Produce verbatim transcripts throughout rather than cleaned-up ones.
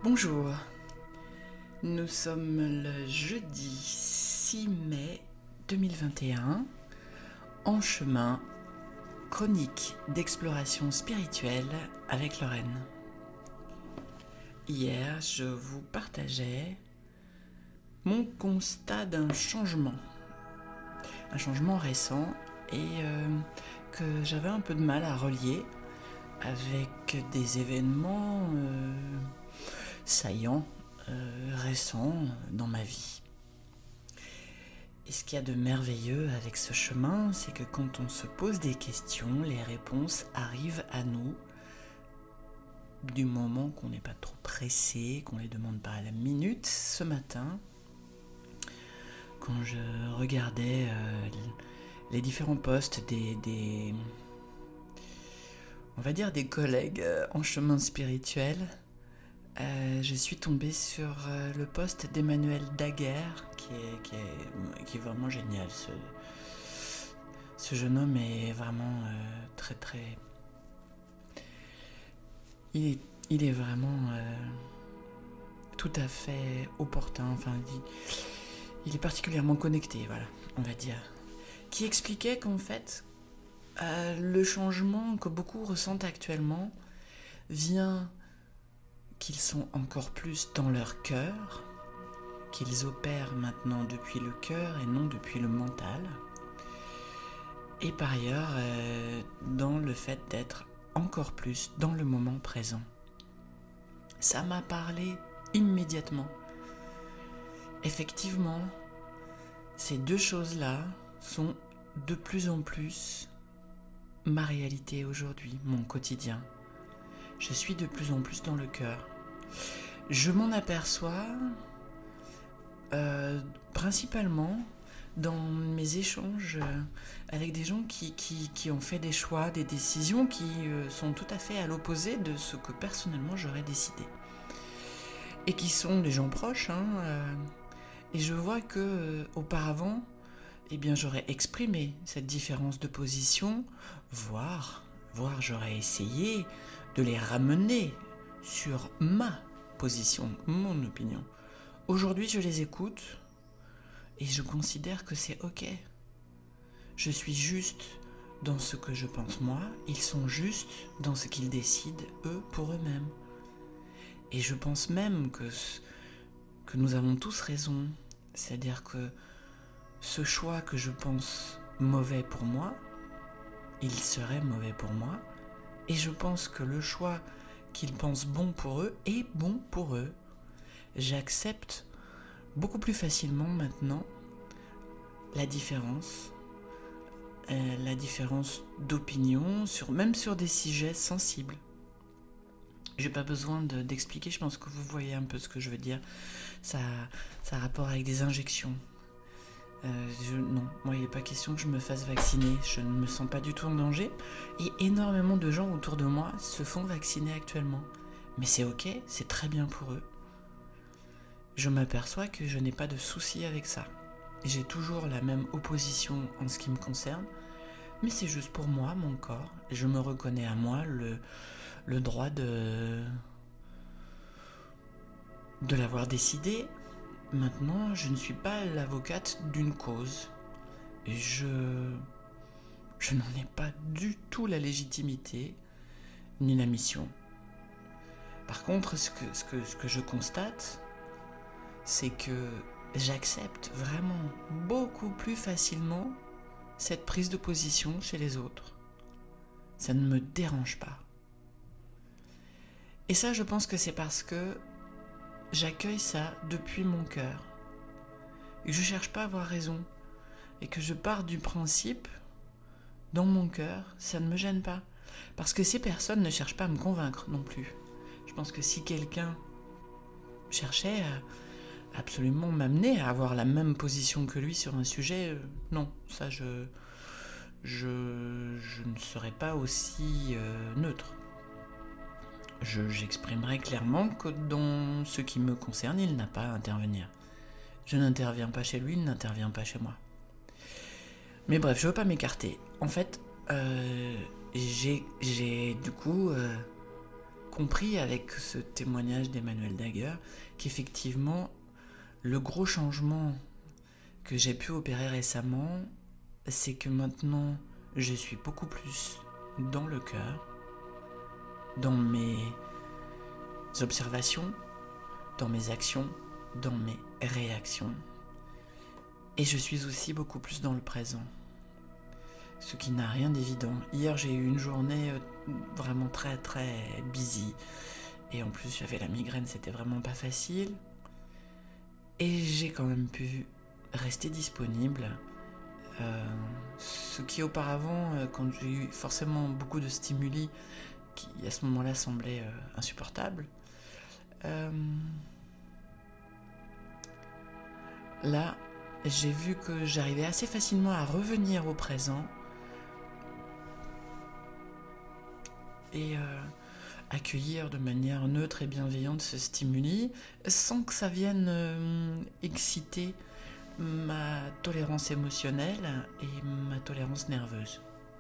Bonjour, nous sommes le jeudi six mai deux mille vingt et un, en chemin, chronique d'exploration spirituelle avec Lorraine. Hier, je vous partageais mon constat d'un changement, un changement récent et euh, que j'avais un peu de mal à relier avec des événements euh, saillants, euh, récents dans ma vie. Et ce qu'il y a de merveilleux avec ce chemin, c'est que quand on se pose des questions, les réponses arrivent à nous du moment qu'on n'est pas trop pressé, qu'on ne les demande pas à la minute. Ce matin, quand je regardais euh, les différents posts des, des, on va dire des collègues euh, en chemin spirituel, euh, je suis tombée sur euh, le post d'Emmanuel Daguerre, qui est, qui est, qui est vraiment génial. Ce, ce jeune homme est vraiment euh, très très... Il est, il est vraiment euh, tout à fait opportun, enfin, il, il est particulièrement connecté, voilà, on va dire. Qui expliquait qu'en fait, euh, le changement que beaucoup ressentent actuellement vient qu'ils sont encore plus dans leur cœur, qu'ils opèrent maintenant depuis le cœur et non depuis le mental. Et par ailleurs, euh, dans le fait d'être encore plus dans le moment présent. Ça m'a parlé immédiatement. Effectivement, ces deux choses-là sont de plus en plus ma réalité aujourd'hui, mon quotidien. Je suis de plus en plus dans le cœur. Je m'en aperçois euh, principalement dans mes échanges avec des gens qui, qui, qui ont fait des choix, des décisions qui euh, sont tout à fait à l'opposé de ce que personnellement j'aurais décidé. Et qui sont des gens proches. Hein, euh, et je vois que euh, auparavant, eh bien, j'aurais exprimé cette différence de position, voire, voire j'aurais essayé de les ramener sur ma position, mon opinion. Aujourd'hui, je les écoute et je considère que c'est ok. Je suis juste dans ce que je pense moi, ils sont justes dans ce qu'ils décident eux pour eux-mêmes. Et je pense même que, que nous avons tous raison, c'est-à-dire que ce choix que je pense mauvais pour moi, il serait mauvais pour moi, et je pense que le choix qu'ils pensent bon pour eux est bon pour eux. J'accepte beaucoup plus facilement maintenant la différence, euh, la différence d'opinion, sur, même sur des sujets sensibles. J'ai pas besoin de, d'expliquer, je pense que vous voyez un peu ce que je veux dire. Ça, ça a rapport avec des injections. Euh, je, non, moi il n'est pas question que je me fasse vacciner, je ne me sens pas du tout en danger. Et énormément de gens autour de moi se font vacciner actuellement. Mais c'est ok, c'est très bien pour eux. Je m'aperçois que je n'ai pas de souci avec ça. J'ai toujours la même opposition en ce qui me concerne, mais c'est juste pour moi, mon corps. Je me reconnais à moi le, le droit de, de l'avoir décidé. Maintenant, je ne suis pas l'avocate d'une cause. Et je, je n'en ai pas du tout la légitimité, ni la mission. Par contre, ce que, ce que, ce que je constate, c'est que j'accepte vraiment beaucoup plus facilement cette prise de position chez les autres. Ça ne me dérange pas. Et ça, je pense que c'est parce que j'accueille ça depuis mon cœur. Et que je ne cherche pas à avoir raison. Et que je pars du principe, dans mon cœur, ça ne me gêne pas. Parce que ces personnes ne cherchent pas à me convaincre non plus. Je pense que si quelqu'un cherchait à absolument m'amener à avoir la même position que lui sur un sujet, euh, non, ça je, je, je ne serais pas aussi euh, neutre. Je, j'exprimerai clairement que dans ce qui me concerne, il n'a pas à intervenir. Je n'interviens pas chez lui, il n'intervient pas chez moi. Mais bref, je ne veux pas m'écarter. En fait, euh, j'ai, j'ai du coup euh, compris avec ce témoignage d'Emmanuel Daguerre qu'effectivement, le gros changement que j'ai pu opérer récemment, c'est que maintenant, je suis beaucoup plus dans le cœur, dans mes observations, dans mes actions, dans mes réactions. Et je suis aussi beaucoup plus dans le présent. Ce qui n'a rien d'évident. Hier, j'ai eu une journée vraiment très très busy. Et en plus, j'avais la migraine, c'était vraiment pas facile. Et j'ai quand même pu rester disponible. Euh, ce qui auparavant, quand j'ai eu forcément beaucoup de stimuli, qui à ce moment-là semblaient euh, insupportables, euh, là, j'ai vu que j'arrivais assez facilement à revenir au présent et euh, accueillir de manière neutre et bienveillante ce stimuli sans que ça vienne euh, exciter ma tolérance émotionnelle et ma tolérance nerveuse.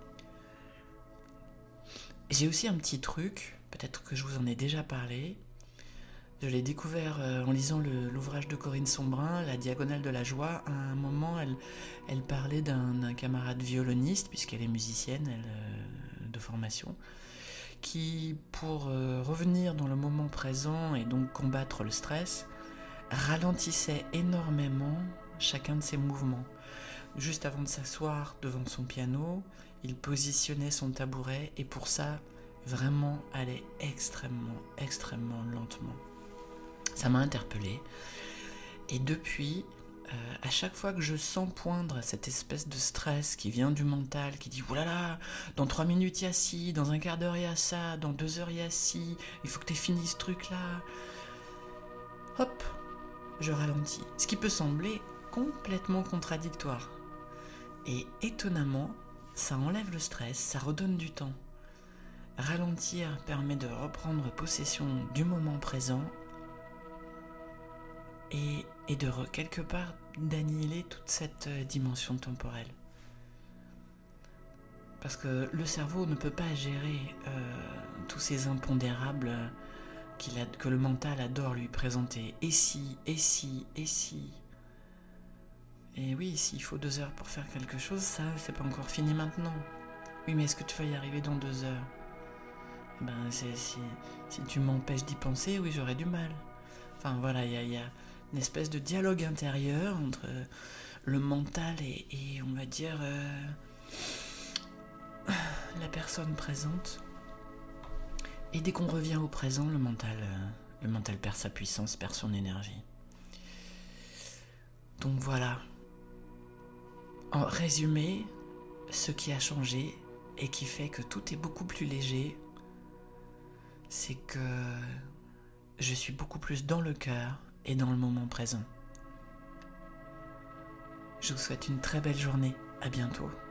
J'ai aussi un petit truc, peut-être que je vous en ai déjà parlé. Je l'ai découvert en lisant le, l'ouvrage de Corinne Sombrin, La Diagonale de la Joie. À un moment, elle, elle parlait d'un, d'un camarade violoniste, puisqu'elle est musicienne elle, euh, de formation, qui, pour euh, revenir dans le moment présent et donc combattre le stress, ralentissait énormément chacun de ses mouvements. Juste avant de s'asseoir devant son piano, il positionnait son tabouret et pour ça, vraiment allait extrêmement, extrêmement lentement. Ça m'a interpellée. Et depuis, euh, à chaque fois que je sens poindre cette espèce de stress qui vient du mental, qui dit « Oulala, dans trois minutes il y a ci, dans un quart d'heure il y a ça, dans deux heures il y a ci, il faut que tu aies fini ce truc-là. » Hop, je ralentis. Ce qui peut sembler complètement contradictoire. Et étonnamment, ça enlève le stress, ça redonne du temps. Ralentir permet de reprendre possession du moment présent et, et de quelque part d'annihiler toute cette dimension temporelle. Parce que le cerveau ne peut pas gérer euh, tous ces impondérables qu'il a, que le mental adore lui présenter. Et si, et si, et si. Et oui, s'il faut deux heures pour faire quelque chose, ça, c'est pas encore fini maintenant. Oui, mais est-ce que tu vas y arriver dans deux heures ? Ben, c'est, si, si tu m'empêches d'y penser, oui, j'aurai du mal. Enfin, voilà, il y a, y a une espèce de dialogue intérieur entre le mental et, et on va dire, euh, la personne présente. Et dès qu'on revient au présent, le mental, euh, le mental perd sa puissance, perd son énergie. Donc voilà. En résumé, ce qui a changé et qui fait que tout est beaucoup plus léger, c'est que je suis beaucoup plus dans le cœur et dans le moment présent. Je vous souhaite une très belle journée. À bientôt.